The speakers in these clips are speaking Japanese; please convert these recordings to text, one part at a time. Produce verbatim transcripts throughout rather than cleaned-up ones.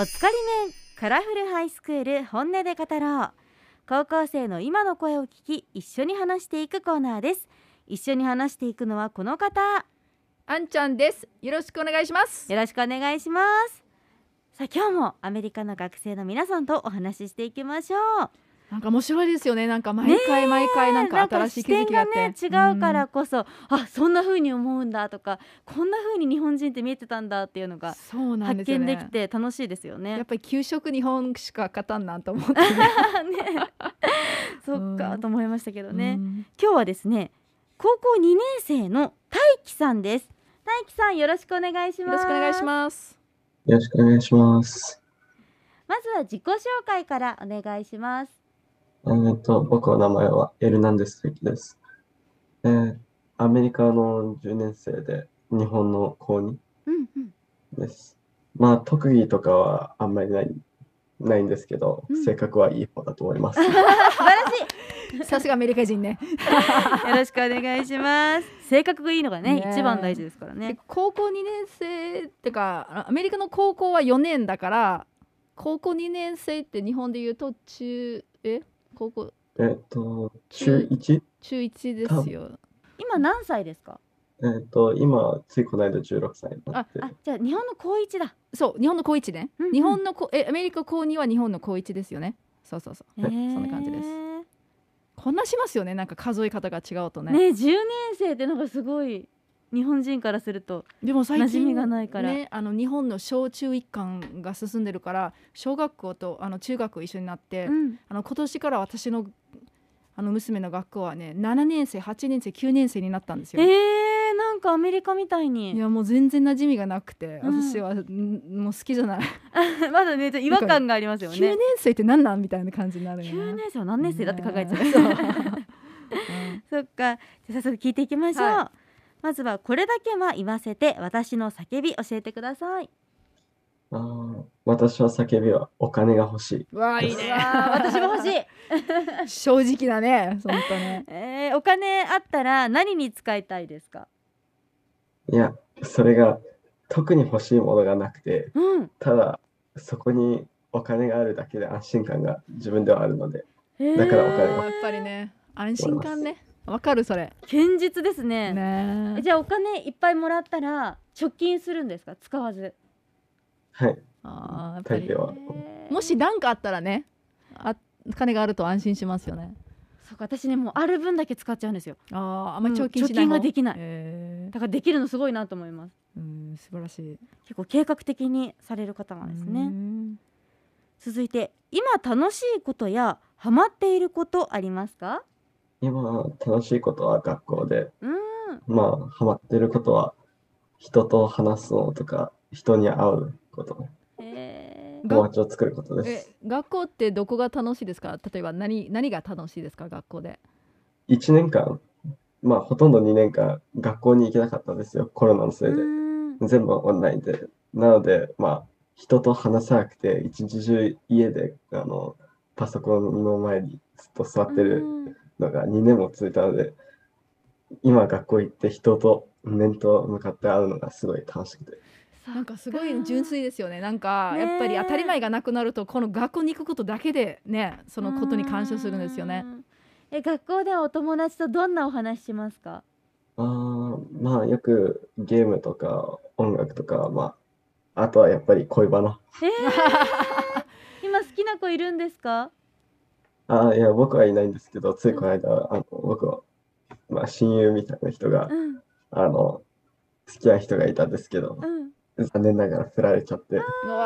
おつかり面カラフルハイスクール本音で語ろう。高校生の今の声を聞き一緒に話していくコーナーです。一緒に話していくのはこの方、 あんちゃんです。よろしくお願いします。 よろしくお願いします。さあ今日もアメリカの学生の皆さんとお話ししていきましょう。 なんか面白いですよね。なんか毎回毎回なんか新しい気づきがあって、 なんか視点がね違うからこそ、うん、あそんな風に思うんだとか、こんな風に日本人って見えてたんだっていうのが発見できて楽しいですよね。 やっぱり給食日本しか勝たんなと思ってねねそっかと思いましたけどね、うん、今日はですね高校にねん生の大輝さんです。大輝さんよろしくお願いします。 よろしくお願いします。 よろしくお願いします。 まずは自己紹介からお願いします。 えー、と僕の名前はエルナンデス・関です、えー。アメリカのじゅうねん生で日本の高にです、うんうん。まあ特技とかはあんまりないないんですけど、うん、性格はいい方だと思います。素晴らしいさすがアメリカ人ねよろしくお願いします。性格がいいのが ね, ね一番大事ですからね。 高校にねん生ってかアメリカの高校はよねんだから、高校にねん生って日本でいうと中え高校えっと中 いち? 中いちですよ。 今何歳ですか？ えっと今ついこの間じゅうろくさいになって。 ああじゃあ日本の高いちだ。 そう日本の高いちね、うんうん、日本のこえアメリカ高には日本の高いちですよね。そうそうそう、そんな感じです。こんなしますよね。なんか数え方が違うとね。 ねじゅうねん生ってのがすごい日本人からするとでも最近馴染みがないから、 ね、あの日本の小中一貫が進んでるから小学校とあの中学一緒になって、うん、あの今年から私のあの娘の学校はねななねん生はちねん生きゅうねん生になったんですよ。 えー、なんかアメリカみたいに。 いやもう全然馴染みがなくて、うん、私はもう好きじゃないまだね違和感がありますよね。 きゅうねん生って何なんみたいな感じになるよね。 きゅうねん生は何年生だって考えちゃう、ねそっか。じゃあ早速聞いていきましょう、はい。まずはこれだけは言わせて私の叫び教えてください。 あ私は叫びはお金が欲しい。 わあいいね私も欲しい正直だね本当ね、 えー、お金あったら何に使いたいですか？ いやそれが特に欲しいものがなくて、 うん、 ただそこにお金があるだけで安心感が自分ではあるので、だからお金がやっぱりね安心感ね。わかるそれ。 堅実です ね, ね。 じゃあお金いっぱいもらったら貯金するんですか？使わず。 はい。 あやっぱりはもし何かあったらねあ金があると安心しますよね。 そうか私ねもうある分だけ使っちゃうんですよ。 あああんまり貯金しない、 うん、貯金ができない、 えー、 だからできるのすごいなと思います。 うん素晴らしい。 結構計画的にされる方なんですね。続いて今楽しいことやハマっていることありますか？ 今楽しいことは学校で、 うん、 まあハマってることは人と話すのとか人に会うこと、えー、友達を作ることです。 え学校ってどこが楽しいですか？例えば 何, 何が楽しいですか学校で。 いちねんかんまあほとんどにねんかん学校に行けなかったんですよ、コロナのせいで。全部オンラインで。なのでまあ人と話さなくて一日中家であのパソコンの前にずっと座ってるのがにねんも続いたので、今学校行って人と面と向かって会うのがすごい楽しくて、 なんかすごい純粋ですよね。なんかやっぱり当たり前がなくなるとこの学校に行くことだけでねそのことに感謝するんですよね。 え学校ではお友達とどんなお話しますか？ あまあよくゲームとか音楽とか、まあ、あとはやっぱり恋バナ、 えー、今好きな子いるんですか？ あいや僕はいないんですけど、ついこの間、うん、あの僕は、まあ、親友みたいな人が、うん、あの付き合う人がいたんですけど、うん、残念ながら振られちゃって。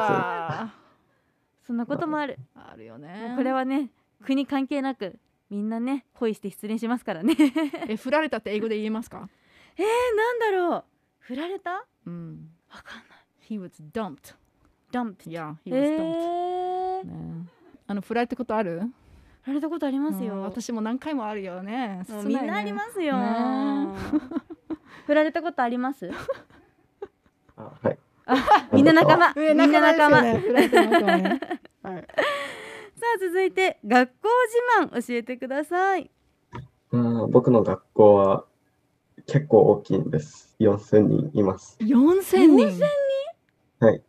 そんなこともある、 あるよね。 これはね国関係なくみんなね恋して失恋しますからねえ振られたって英語で言えますか？ えー、なんだろう。振られた？ うん。 わかんない。 He was dumped. dumped. Yeah, he was dumped. ね、あの振られたことある？ 振られたことありますよ。 私も何回もあるよね。 もうみんなありますよ。ね、振られたことあります？ あはい。 あみんな仲間。みんな仲間。 振られてますよね。はい。 さあ続いて学校自慢教えてください。 うん僕の学校は結構大きいんです。よんせんにんいます。 よんせんにん？ はい。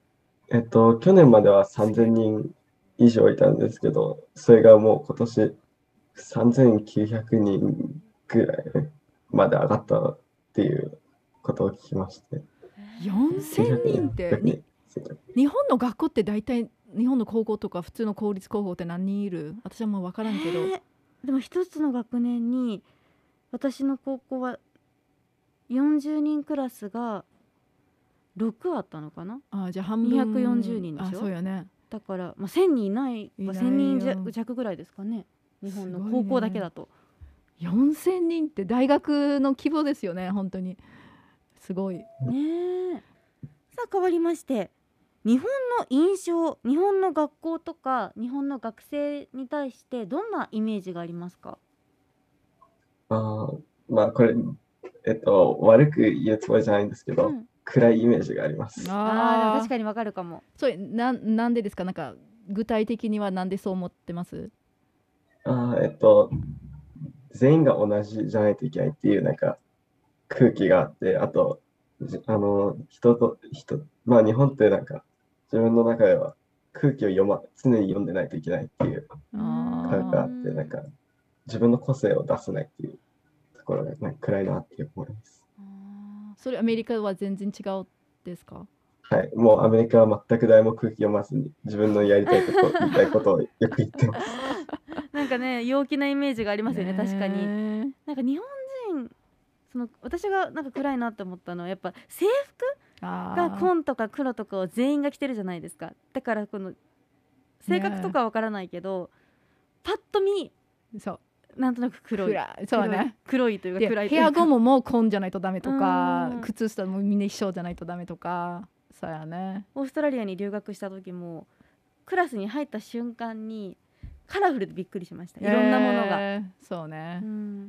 えっと、去年まではさんぜんにん以上いたんですけど、それがもう今年さんぜんきゅうひゃくにんぐらいまで上がったっていうことを聞きまして。 よんせんにんってに日本の学校って大体日本の高校とか普通の公立高校って何人いる？私はもう分からんけど、 えーでも一つの学年に私の高校はよんじゅうにんクラスがろくあったのかな。 あじゃあ半分にひゃくよんじゅうにんでしょ。 あそうよね。 だから、まあ、せんにんいないいないよせんにん弱弱ぐらいですかね、日本の高校だけだと。 よんせんにんって大学の規模ですよね、本当にすごいねえ。さあ変わりまして、日本の印象、日本の学校とか日本の学生に対してどんなイメージがありますか？ あーまあこれ、えっと、悪く言うつもりじゃないんですけど、 うん暗いイメージがあります。 ああ、でも確かかにわかるかも。 それななんでですか？なんか具体的にはなんでそう思ってます？ あーえっと、全員が同じじゃないといけないっていうなんか空気があって、あと、じあの、人と人、まあ日本ってなんか自分の中では空気を読ま、常に読んでないといけないっていうあ感覚があって、なんか自分の個性を出せないっていうところがなんか暗いなって思います。 それアメリカは全然違うですか？ はい、もうアメリカは全く誰も空気読まずに自分のやりたいこと、言いたいことをよく言ってます。 なんかね、陽気なイメージがありますよね、 ね確かに。なんか日本人、その私がなんか暗いなって思ったのはやっぱ制服が紺とか黒とかを全員が着てるじゃないですか。だからこの性格とかわからないけど、パッと見そうなんとなく黒い暗いそうね黒いというか暗いと部いうか、 屋ゴムも紺じゃないとダメとかうん靴下もみんな一緒じゃないとダメとか、そうやね。 オーストラリアに留学した時もクラスに入った瞬間にカラフルでびっくりしました。いろんなものが、 えーそうね、 うん、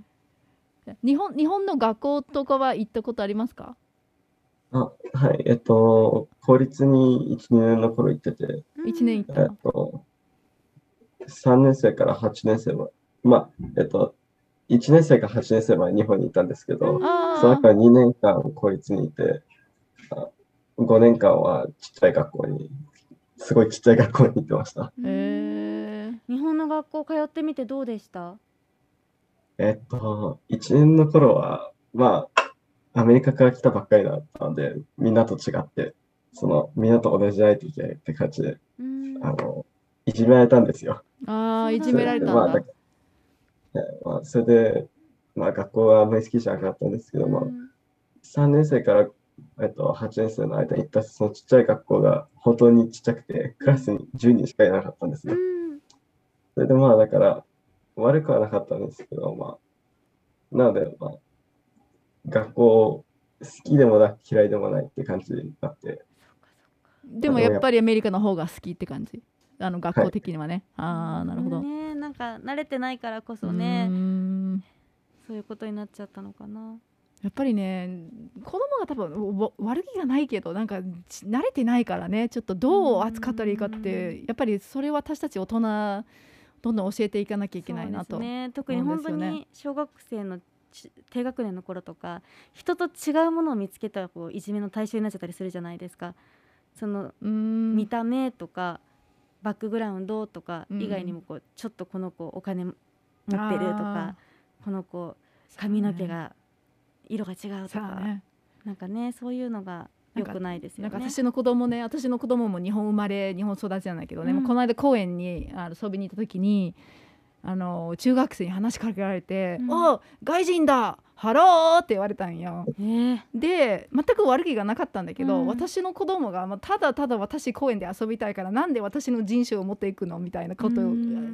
日本日本の学校とかは行ったことありますか？ あ、はい、えっと、公立にいち、にねんの頃行ってて、 いちねん行ったえっと、さんねん生からはちねん生は、まあ、えっと、いちねん生からはちねん生は日本にいたんですけど、その中にねんかん公立にいて、ごねんかんはちっちゃい学校に、すごいちっちゃい学校に行ってました。 えー、日本の学校通ってみてどうでした？ えっと、いちねんの頃は、まあ、アメリカから来たばっかりだったので、みんなと違って、その、みんなと同じじゃないといけないって感じで、あの、いじめられたんですよ。 ああ、いじめられたんだ。 まあ、だまあ、それで、まあ、学校はあんまり好きじゃなかったんですけど、まあ、さんねん生から、えっと、はちねん生の間に行ったそのちっちゃい学校が本当にちっちゃくて、クラスにじゅうにんしかいなかったんですね。それでまあ、だから、悪くはなかったんですけど、まあ、なので、まあ、学校好きでもなく嫌いでもないって感じになって。 でもやっぱりアメリカの方が好きって感じ。あの学校的にはね。 はい、 ああ、なるほど。 ね、なんか慣れてないからこそね、うそういうことになっちゃったのかな。 やっぱりね、子供が多分悪気がないけどなんか慣れてないからね、ちょっとどう扱ったらいいかってやっぱりそれは私たち大人どんどん教えていかなきゃいけないなと、 ね、特に本当に小学生の低学年の頃とか人と違うものを見つけたらこういじめの対象になっちゃったりするじゃないですか。その見た目とかバックグラウンドとか以外にもこうちょっとこの子お金持ってるとか、この子髪の毛が色が違うとか、ね、なんかねそういうのが良くないですよね。 なんか私の子供ね、私の子供も日本生まれ日本育ちじゃないけどね、うん、この間公園にあの遊びに行った時にあの中学生に話しかけられて「うん、お外人だハロー!」って言われたんよ。えー、で全く悪気がなかったんだけど、うん、私の子供が、まあ、ただただ私公園で遊びたいからなんで私の人種を持っていくのみたいなことを、うん、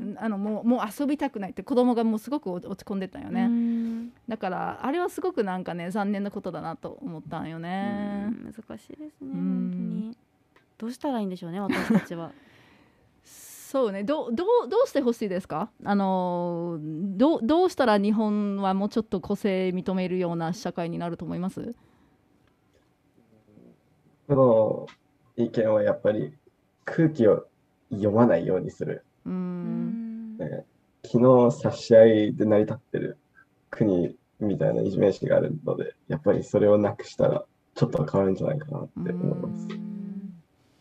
あのもう、もう遊びたくないって子供がもうすごく落ち込んでたんよね。うん、だからあれはすごくなんかね残念なことだなと思ったんよね。 うん、難しいですね、うん、本当にどうしたらいいんでしょうね私たちは。 そうね、ど, ど, うどうしてほしいですか？あの ど, どうしたら日本はもうちょっと個性認めるような社会になると思います？ この意見はやっぱり空気を読まないようにする。うん、ね、昨日差し合いで成り立ってる国みたいなイメージがあるので、やっぱりそれをなくしたらちょっと変わるんじゃないかなって思います。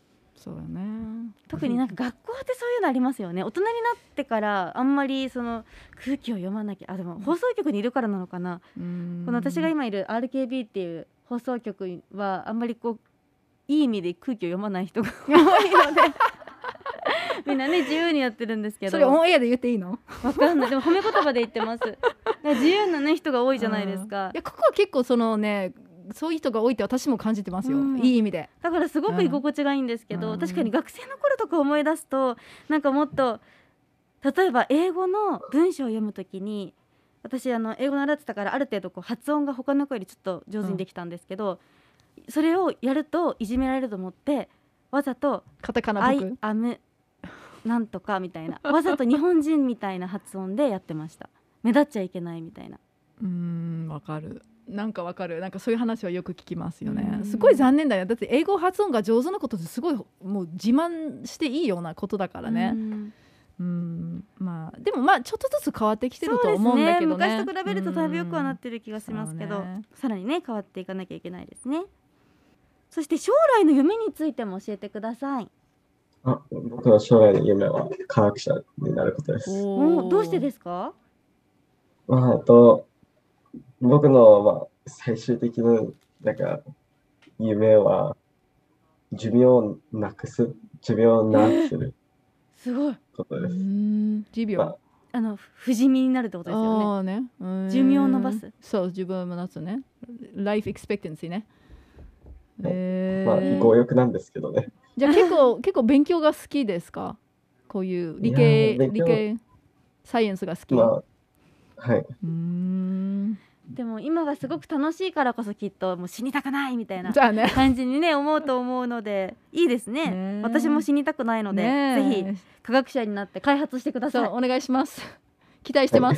そうよね。 特になんか学校ってそういうのありますよね。大人になってからあんまりその空気を読まなきゃ、あでも放送局にいるからなのかな、この私が今いる アールケービー っていう放送局はあんまりこういい意味で空気を読まない人が多いのでみんなね自由にやってるんですけど。 それオンエアで言っていいの？ わかんない。でも褒め言葉で言ってます。自由なね人が多いじゃないですか。 いやここは結構そのねそういう人が多いって私も感じてますよ、うん、いい意味で。 だからすごく居心地がいいんですけど、うん、確かに学生の頃とか思い出すとなんかもっと例えば英語の文章を読むときに私あの英語習ってたからある程度こう発音が他の子よりちょっと上手にできたんですけど、うん、それをやるといじめられると思ってわざとカタカナ I am なんとかみたいなわざと日本人みたいな発音でやってました。目立っちゃいけないみたいな。 うーんわかる。なんかわかる。なんかそういう話はよく聞きますよね。すごい残念だよ。だって英語発音が上手なことってすごいもう自慢していいようなことだからね。うんうんまあでもまあちょっとずつ変わってきてると思うんだけどね。 昔と比べるとだいぶよくはなってる気がしますけど、ね、さらにね変わっていかなきゃいけないですね。そして将来の夢についても教えてください。 あ、僕の将来の夢は科学者になることです。 おどうしてですか？ まあ、あと僕の、まあ、最終的ななんか夢は寿命をなくす寿命をなくする、 えー、すごいことです。 寿命、まあ、 あの不死身になるってことですよね。 あーね寿命を伸ばす。 そう寿命を伸ばすね。ライフエクスペクタンシーね。 えー、まあ強欲なんですけどね。 じゃあ結構結構勉強が好きですか？こういう理系理系サイエンスが好き。 まあ、はい。 うーんでも今がすごく楽しいからこそきっともう死にたくないみたいなね感じにね思うと思うのでいいですね。ね私も死にたくないので、ぜひ科学者になって開発してください。 そうお願いします。期待してます。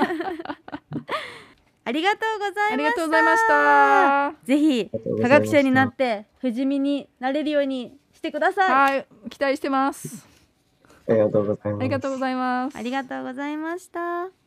ありがとうございました。 ありがとうございました。 ぜひ科学者になって不死身になれるようにしてください。はい、期待してます。 ありがとうございます。 ありがとうございます。 ありがとうございました。